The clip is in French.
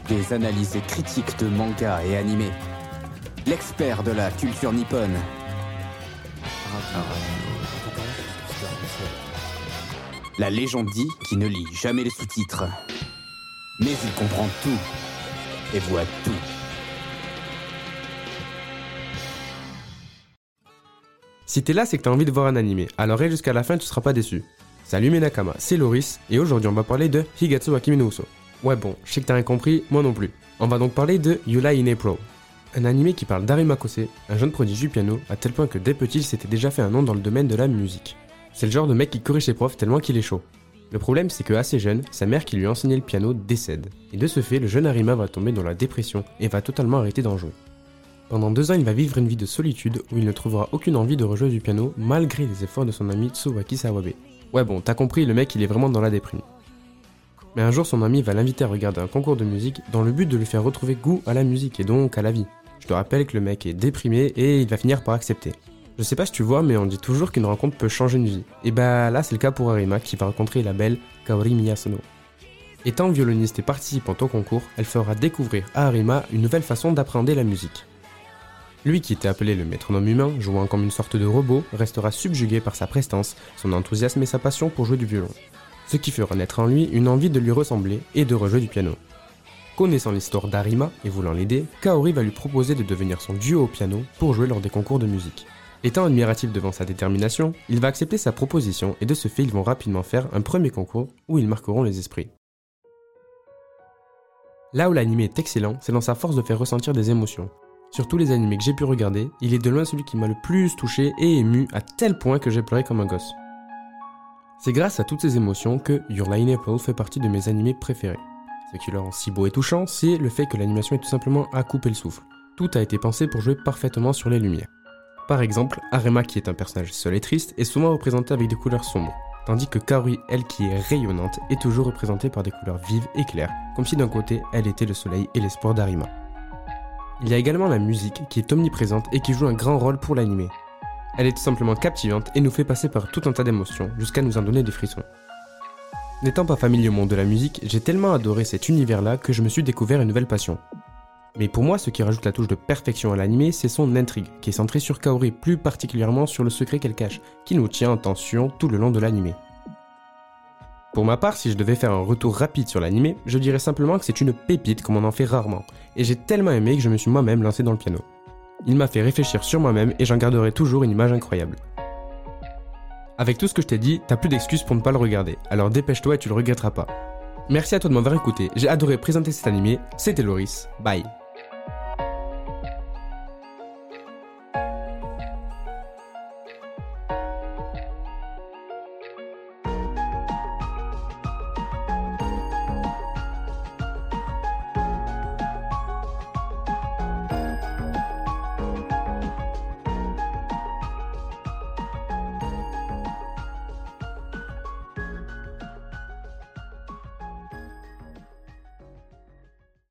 des analyses critiques de mangas et animés. L'expert de la culture nippone. La légende dit qu'il ne lit jamais les sous-titres. Mais il comprend tout et voit tout. Si t'es là, c'est que t'as envie de voir un animé, alors reste jusqu'à la fin, tu seras pas déçu. Salut mes Nakama, c'est Loris, et aujourd'hui on va parler de Higatsu wa Kimi no Uso. Ouais bon, je sais que t'as rien compris, moi non plus. On va donc parler de Yula in April. Un animé qui parle d'Arima Kose, un jeune prodige du piano, à tel point que dès petit il s'était déjà fait un nom dans le domaine de la musique. C'est le genre de mec qui corrige ses profs tellement qu'il est chaud. Le problème c'est que assez jeune, sa mère qui lui enseignait le piano décède. Et de ce fait, le jeune Arima va tomber dans la dépression et va totalement arrêter d'en jouer. Pendant 2 ans, il va vivre une vie de solitude où il ne trouvera aucune envie de rejouer du piano malgré les efforts de son ami Tsuwaki Sawabe. Ouais bon, t'as compris, le mec il est vraiment dans la déprime. Mais un jour, son ami va l'inviter à regarder un concours de musique dans le but de lui faire retrouver goût à la musique et donc à la vie. Je te rappelle que le mec est déprimé et il va finir par accepter. Je sais pas si tu vois, mais on dit toujours qu'une rencontre peut changer une vie. Et bah là, c'est le cas pour Arima qui va rencontrer la belle Kaori Miyasono. Étant violoniste et participante au concours, elle fera découvrir à Arima une nouvelle façon d'appréhender la musique. Lui qui était appelé le métronome humain, jouant comme une sorte de robot, restera subjugué par sa prestance, son enthousiasme et sa passion pour jouer du violon. Ce qui fera naître en lui une envie de lui ressembler et de rejouer du piano. Connaissant l'histoire d'Arima et voulant l'aider, Kaori va lui proposer de devenir son duo au piano pour jouer lors des concours de musique. Étant admiratif devant sa détermination, il va accepter sa proposition et de ce fait ils vont rapidement faire un premier concours où ils marqueront les esprits. Là où l'anime est excellent, c'est dans sa force de faire ressentir des émotions. Sur tous les animés que j'ai pu regarder, il est de loin celui qui m'a le plus touché et ému à tel point que j'ai pleuré comme un gosse. C'est grâce à toutes ces émotions que Your Lie in April fait partie de mes animés préférés. Ce qui le rend si beau et touchant, c'est le fait que l'animation est tout simplement à couper le souffle. Tout a été pensé pour jouer parfaitement sur les lumières. Par exemple, Arima qui est un personnage seul et triste est souvent représenté avec des couleurs sombres, tandis que Kaori, elle qui est rayonnante, est toujours représentée par des couleurs vives et claires, comme si d'un côté elle était le soleil et l'espoir d'Arima. Il y a également la musique qui est omniprésente et qui joue un grand rôle pour l'anime. Elle est tout simplement captivante et nous fait passer par tout un tas d'émotions jusqu'à nous en donner des frissons. N'étant pas familier au monde de la musique, j'ai tellement adoré cet univers-là que je me suis découvert une nouvelle passion. Mais pour moi, ce qui rajoute la touche de perfection à l'anime, c'est son intrigue, qui est centrée sur Kaori, plus particulièrement sur le secret qu'elle cache, qui nous tient en tension tout le long de l'anime. Pour ma part, si je devais faire un retour rapide sur l'anime, je dirais simplement que c'est une pépite comme on en fait rarement, et j'ai tellement aimé que je me suis moi-même lancé dans le piano. Il m'a fait réfléchir sur moi-même et j'en garderai toujours une image incroyable. Avec tout ce que je t'ai dit, t'as plus d'excuses pour ne pas le regarder, alors dépêche-toi et tu le regretteras pas. Merci à toi de m'avoir écouté, j'ai adoré présenter cet animé, c'était Loris, bye.